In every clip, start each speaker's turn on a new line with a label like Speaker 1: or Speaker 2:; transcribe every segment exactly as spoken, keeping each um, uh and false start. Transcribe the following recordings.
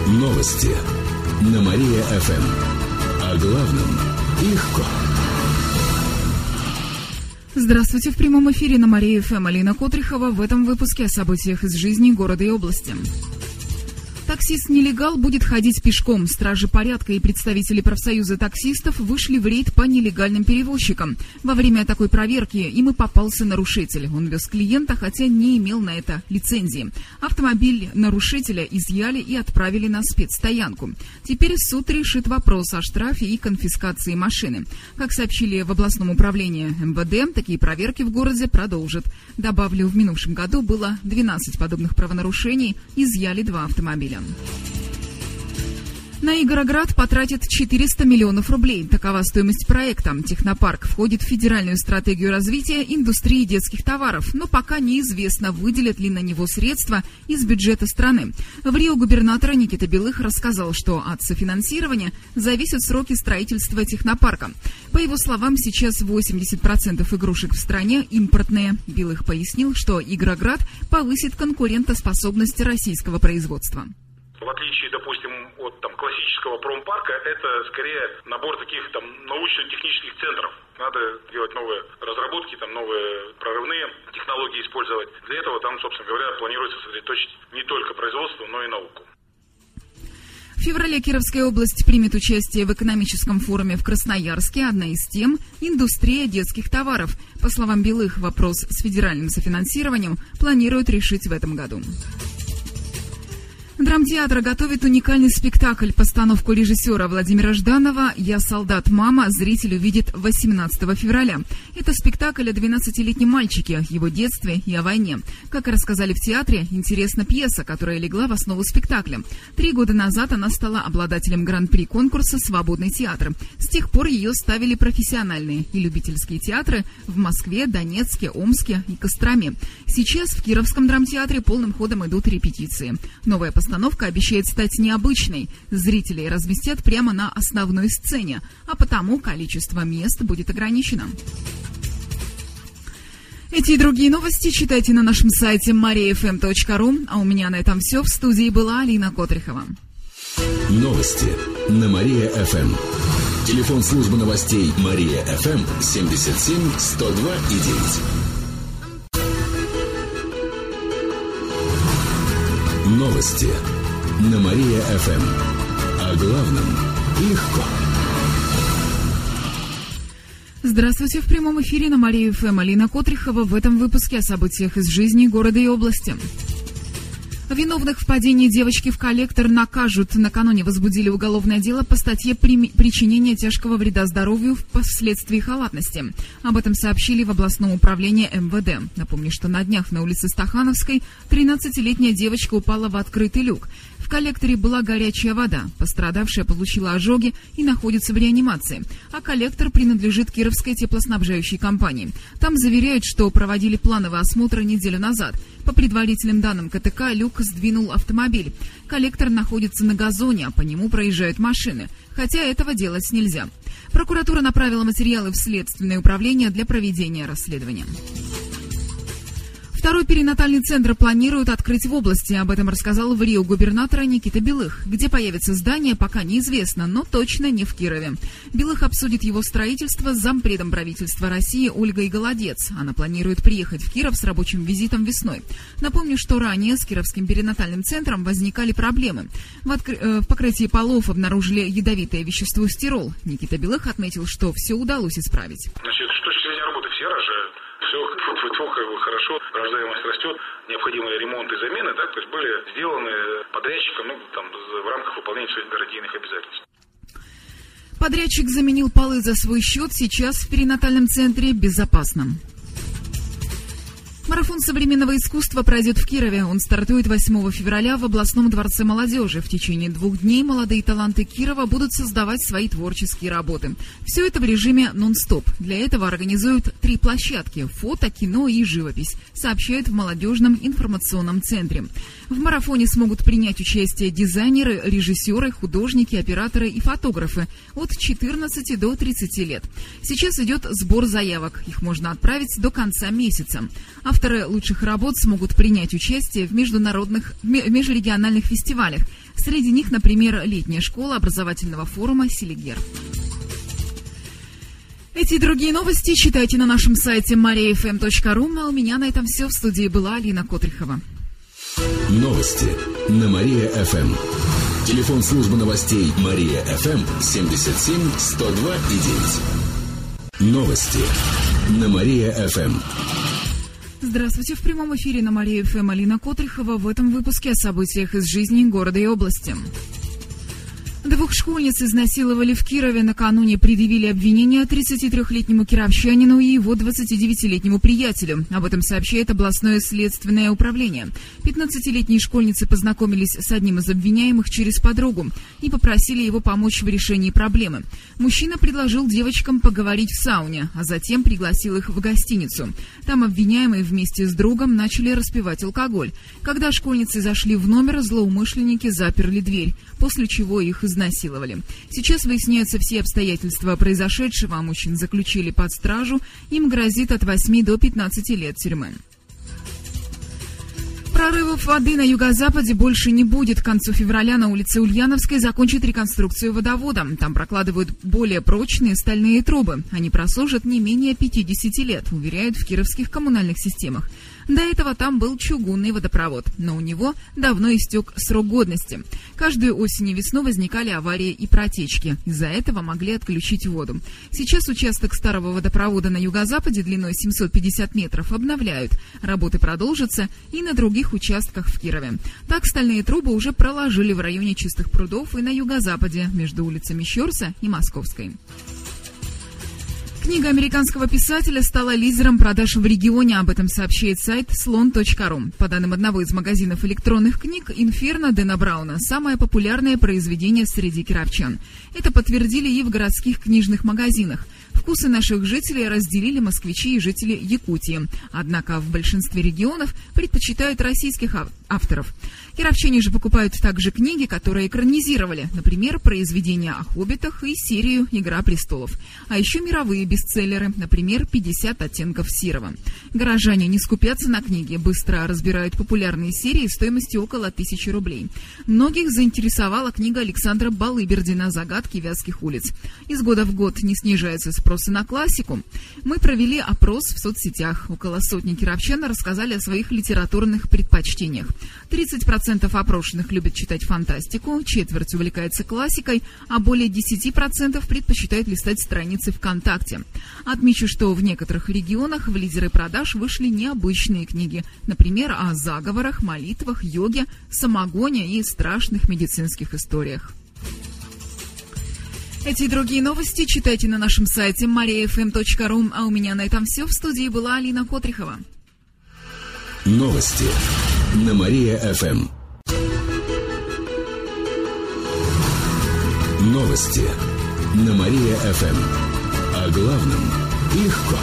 Speaker 1: Новости на Мария-ФМ. О главном легко.
Speaker 2: Здравствуйте, в прямом эфире на Мария-ФМ Алина Котрихова. В этом выпуске о событиях из жизни города и области. Таксист-нелегал будет ходить пешком. Стражи порядка и представители профсоюза таксистов вышли в рейд по нелегальным перевозчикам. Во время такой проверки им и попался нарушитель. Он вез клиента, хотя не имел на это лицензии. Автомобиль нарушителя изъяли и отправили на спецстоянку. Теперь суд решит вопрос о штрафе и конфискации машины. Как сообщили в областном управлении эм вэ дэ, такие проверки в городе продолжат. Добавлю, в минувшем году было двенадцать подобных правонарушений, изъяли два автомобиля. На Игороград потратят четыреста миллионов рублей. Такова стоимость проекта. Технопарк входит в федеральную стратегию развития индустрии детских товаров, но пока неизвестно, выделят ли на него средства из бюджета страны. В Рио губернатор Никита Белых рассказал, что от софинансирования зависят сроки строительства технопарка. По его словам, сейчас восемьдесят процентов игрушек в стране импортные. Белых пояснил, что Игороград повысит конкурентоспособность российского производства.
Speaker 3: В отличие, допустим, от там, классического промпарка, это скорее набор таких там научно-технических центров. Надо делать новые разработки, там новые прорывные технологии использовать. Для этого там, собственно говоря, планируется сосредоточить не только производство, но и науку.
Speaker 2: В феврале Кировская область примет участие в экономическом форуме в Красноярске. Одна из тем – индустрия детских товаров. По словам Белых, вопрос с федеральным софинансированием планируют решить в этом году. Драмтеатр готовит уникальный спектакль. Постановку режиссера Владимира Жданова «Я солдат, мама» зритель увидит восемнадцатого февраля. Это спектакль о двенадцатилетнем мальчике, его детстве и о войне. Как рассказали в театре, интересна пьеса, которая легла в основу спектакля. Три года назад она стала обладателем гран-при конкурса «Свободный театр». С тех пор ее ставили профессиональные и любительские театры в Москве, Донецке, Омске и Костроме. Сейчас в Кировском драмтеатре полным ходом идут репетиции. Новая постановка обещает стать необычной. Зрителей разместят прямо на основной сцене, а потому количество мест будет ограничено. Эти и другие новости читайте на нашем сайте мария эф эм точка ру. А у меня на этом все. В студии была Алина Котрихова.
Speaker 1: Новости на Мария-ФМ. Телефон службы новостей Мария-ФМ семьдесят семь сто два и девять. Новости на Мария-ФМ. О главном легко.
Speaker 2: Здравствуйте, в прямом эфире на Мария-ФМ Алина Котрихова. В этом выпуске о событиях из жизни города и области. Виновных в падении девочки в коллектор накажут. Накануне возбудили уголовное дело по статье «Причинение тяжкого вреда здоровью вследствие халатности». Об этом сообщили в областном управлении эм вэ дэ. Напомню, что на днях на улице Стахановской тринадцатилетняя девочка упала в открытый люк. В коллекторе была горячая вода. Пострадавшая получила ожоги и находится в реанимации. А коллектор принадлежит Кировской теплоснабжающей компании. Там заверяют, что проводили плановый осмотр неделю назад. По предварительным данным ка тэ ка, люк сдвинул автомобиль. Коллектор находится на газоне, а по нему проезжают машины. Хотя этого делать нельзя. Прокуратура направила материалы в Следственное управление для проведения расследования. Второй перинатальный центр планируют открыть в области. Об этом рассказал в Рио губернатора Никита Белых. Где появится здание, пока неизвестно, но точно не в Кирове. Белых обсудит его строительство с зампредом правительства России Ольгой Голодец. Она планирует приехать в Киров с рабочим визитом весной. Напомню, что ранее с Кировским перинатальным центром возникали проблемы. В, откр... э, в покрытии полов обнаружили ядовитое вещество стирол. Никита Белых отметил, что все удалось исправить.
Speaker 3: Значит, с точки зрения работы все рожают. Все, все как бы хорошо, рождаемость растет, необходимые ремонты и замены, да, то есть были сделаны подрядчиком, ну, там, в рамках выполнения своих гарантийных обязательств.
Speaker 2: Подрядчик заменил полы за свой счет, сейчас в перинатальном центре безопасно. Марафон современного искусства пройдет в Кирове. Он стартует восьмого февраля в областном дворце молодежи. В течение двух дней молодые таланты Кирова будут создавать свои творческие работы. Все это в режиме нон-стоп. Для этого организуют три площадки – фото, кино и живопись, сообщают в молодежном информационном центре. В марафоне смогут принять участие дизайнеры, режиссеры, художники, операторы и фотографы от четырнадцати до тридцати лет. Сейчас идет сбор заявок. Их можно отправить до конца месяца. А в Авторы лучших работ смогут принять участие в международных, в межрегиональных фестивалях. Среди них, например, летняя школа образовательного форума «Селигер». Эти и другие новости читайте на нашем сайте мария эф эм точка ру. А у меня на этом все. В студии была Алина Котрихова.
Speaker 1: Новости на Мария-ФМ. Телефон службы новостей Мария-ФМ семьдесят семь сто два и девять. Новости на Мария-ФМ.
Speaker 2: Здравствуйте. В прямом эфире на Мария-ФМ Алина Котрихова. В этом выпуске о событиях из жизни города и области. Двух школьниц изнасиловали в Кирове. Накануне предъявили обвинения тридцатитрёхлетнему кировчанину и его двадцатидевятилетнему приятелю. Об этом сообщает областное следственное управление. пятнадцатилетние школьницы познакомились с одним из обвиняемых через подругу и попросили его помочь в решении проблемы. Мужчина предложил девочкам поговорить в сауне, а затем пригласил их в гостиницу. Там обвиняемые вместе с другом начали распивать алкоголь. Когда школьницы зашли в номер, злоумышленники заперли дверь, после чего их изнасиловали. Сейчас выясняются все обстоятельства произошедшего, а мужчин заключили под стражу, им грозит от восьми до пятнадцати лет тюрьмы. Прорывов воды на юго-западе больше не будет. К концу февраля на улице Ульяновской закончат реконструкцию водовода. Там прокладывают более прочные стальные трубы. Они прослужат не менее пятидесяти лет, уверяют в кировских коммунальных системах. До этого там был чугунный водопровод, но у него давно истек срок годности. Каждую осень и весну возникали аварии и протечки. Из-за этого могли отключить воду. Сейчас участок старого водопровода на юго-западе длиной семьсот пятьдесят метров обновляют. Работы продолжатся и на других участках в Кирове. Так, стальные трубы уже проложили в районе Чистых прудов и на юго-западе, между улицами Щорса и Московской. Книга американского писателя стала лидером продаж в регионе. Об этом сообщает сайт слон точка ру. По данным одного из магазинов электронных книг, «Инферно» Дэна Брауна – самое популярное произведение среди кировчан. Это подтвердили и в городских книжных магазинах. Вкусы наших жителей разделили москвичи и жители Якутии. Однако в большинстве регионов предпочитают российских авторов. Кировчане же покупают также книги, которые экранизировали, например, произведения о хоббитах и серию «Игра престолов». А еще мировые бестселлеры, например, «пятьдесят оттенков серого». Горожане не скупятся на книги, быстро разбирают популярные серии стоимостью около тысячи рублей. Многих заинтересовала книга Александра Балыбердина «Загадки Вятских улиц». Из года в год не снижается спрос на классику. Мы провели опрос в соцсетях. Около сотни кировчан рассказали о своих литературных предпочтениях. тридцать процентов опрошенных любят читать фантастику, четверть увлекается классикой, а более десять процентов предпочитают листать страницы ВКонтакте. Отмечу, что в некоторых регионах в лидеры продаж вышли необычные книги, например, о заговорах, молитвах, йоге, самогоне и страшных медицинских историях. Эти и другие новости читайте на нашем сайте мария эф эм точка ру. А у меня на этом все. В студии была Алина Котрихова.
Speaker 1: Новости на Мария-ФМ. Новости на Мария-ФМ. О главном легко.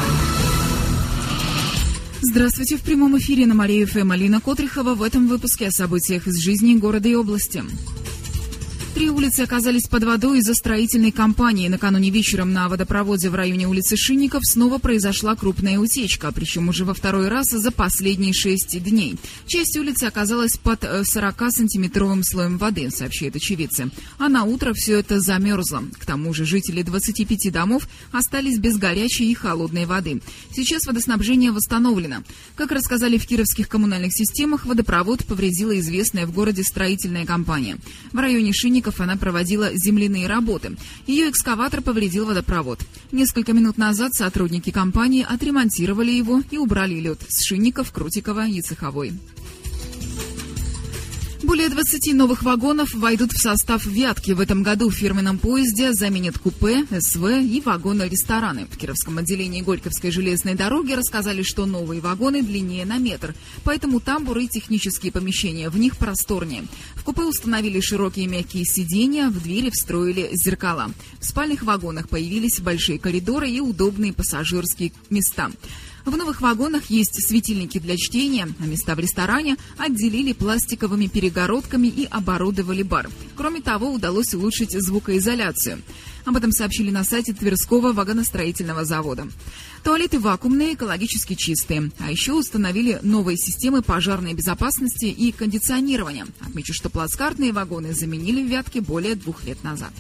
Speaker 2: Здравствуйте. В прямом эфире на Мария-ФМ Алина Котрихова. В этом выпуске о событиях из жизни города и области. Три улицы оказались под водой из-за строительной кампании. Накануне вечером на водопроводе в районе улицы Шинников снова произошла крупная утечка, причем уже во второй раз за последние шесть дней. Часть улицы оказалась под сорокасантиметровым слоем воды, сообщают очевидцы. А на утро все это замерзло. К тому же жители двадцати пяти домов остались без горячей и холодной воды. Сейчас водоснабжение восстановлено. Как рассказали в кировских коммунальных системах, водопровод повредила известная в городе строительная компания. В районе Шинников она проводила земляные работы. Ее экскаватор повредил водопровод. Несколько минут назад сотрудники компании отремонтировали его и убрали лед с Шинников, Крутикова и Цеховой. Более двадцати новых вагонов войдут в состав «Вятки». В этом году в фирменном поезде заменят купе, СВ и вагоны-рестораны. В Кировском отделении Горьковской железной дороги рассказали, что новые вагоны длиннее на метр, поэтому тамбуры и технические помещения в них просторнее. В купе установили широкие мягкие сиденья, в двери встроили зеркала. В спальных вагонах появились большие коридоры и удобные пассажирские места. В новых вагонах есть светильники для чтения, а места в ресторане отделили пластиковыми перегородками и оборудовали бар. Кроме того, удалось улучшить звукоизоляцию. Об этом сообщили на сайте Тверского вагоностроительного завода. Туалеты вакуумные, экологически чистые. А еще установили новые системы пожарной безопасности и кондиционирования. Отмечу, что плацкартные вагоны заменили в Вятке более двух лет назад.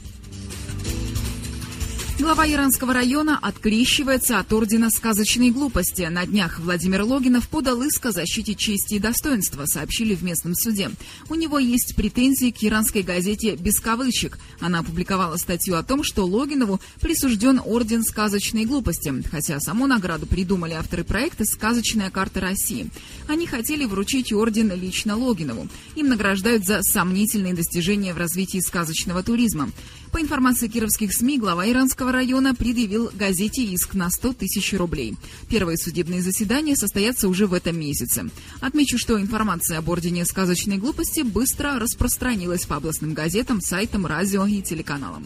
Speaker 2: Глава Яранского района открещивается от ордена сказочной глупости. На днях Владимир Логинов подал иск о защите чести и достоинства, сообщили в местном суде. У него есть претензии к яранской газете «Без кавычек». Она опубликовала статью о том, что Логинову присужден орден сказочной глупости, хотя саму награду придумали авторы проекта «Сказочная карта России». Они хотели вручить орден лично Логинову. Им награждают за сомнительные достижения в развитии сказочного туризма. По информации кировских СМИ, глава Яранского района предъявил газете иск на сто тысяч рублей. Первые судебные заседания состоятся уже в этом месяце. Отмечу, что информация об ордене сказочной глупости быстро распространилась по областным газетам, сайтам, радио и телеканалам.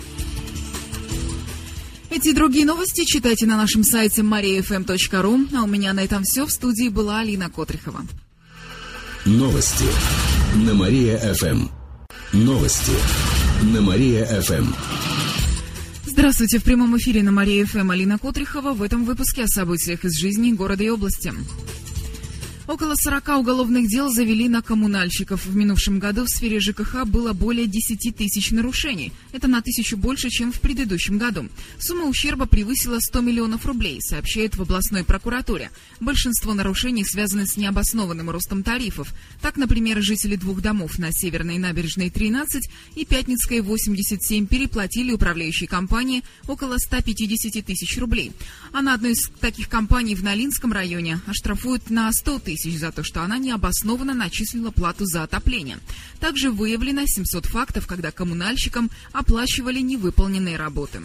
Speaker 2: Эти и другие новости читайте на нашем сайте мария эф эм точка ру. А у меня на этом все. В студии была Алина Котрихова.
Speaker 1: Новости на Мария-ФМ. Новости на Мария-ФМ.
Speaker 2: Здравствуйте, в прямом эфире на Мария-ФМ Алина Котрихова. В этом выпуске о событиях из жизни города и области. Около сорока уголовных дел завели на коммунальщиков. В минувшем году в сфере ЖКХ было более десяти тысяч нарушений. Это на тысячу больше, чем в предыдущем году. Сумма ущерба превысила сто миллионов рублей, сообщает в областной прокуратуре. Большинство нарушений связаны с необоснованным ростом тарифов. Так, например, жители двух домов на Северной набережной тринадцать и Пятницкой восемьдесят семь переплатили управляющей компании около ста пятидесяти тысяч рублей. А на одной из таких компаний в Налинском районе оштрафуют на сто тысяч за то, что она необоснованно начислила плату за отопление. Также выявлено семьсот фактов, когда коммунальщикам оплачивали невыполненные работы.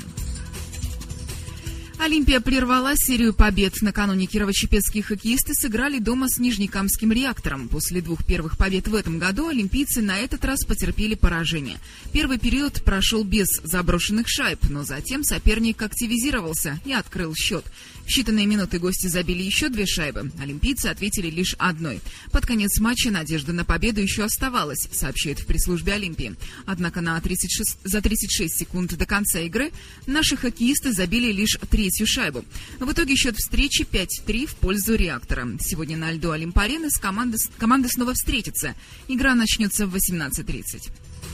Speaker 2: Олимпия прервала серию побед. Накануне кирово-чепецкие хоккеисты сыграли дома с Нижнекамским «Реактором». После двух первых побед в этом году олимпийцы на этот раз потерпели поражение. Первый период прошел без заброшенных шайб, но затем соперник активизировался и открыл счет. В считанные минуты гости забили еще две шайбы. Олимпийцы ответили лишь одной. Под конец матча надежда на победу еще оставалась, сообщает в пресс-службе Олимпии. Однако на тридцать шесть, за тридцать шесть секунд до конца игры наши хоккеисты забили лишь третью шайбу. В итоге счет встречи пять три в пользу «Реактора». Сегодня на льду Олимп-арены с команды, команды снова встретятся. Игра начнется в восемнадцать тридцать.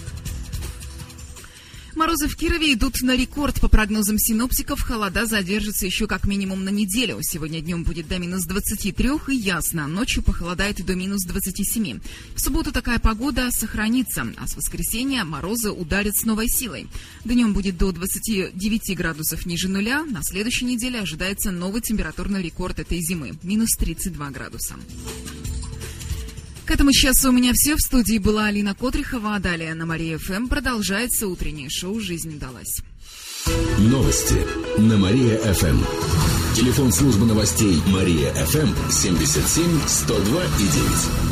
Speaker 2: Морозы в Кирове идут на рекорд. По прогнозам синоптиков, холода задержится еще как минимум на неделю. Сегодня днем будет до минус двадцати трёх и ясно. Ночью похолодает до минус двадцати семи. В субботу такая погода сохранится, а с воскресенья морозы ударят с новой силой. Днем будет до двадцати девяти градусов ниже нуля. На следующей неделе ожидается новый температурный рекорд этой зимы – минус тридцать два градуса. К этому часу у меня все. В студии была Алина Котрихова, а далее на Мария-ФМ продолжается утреннее шоу «Жизнь удалась».
Speaker 1: Новости на Мария-ФМ. Телефон службы новостей Мария-ФМ семьдесят семь сто два и девять.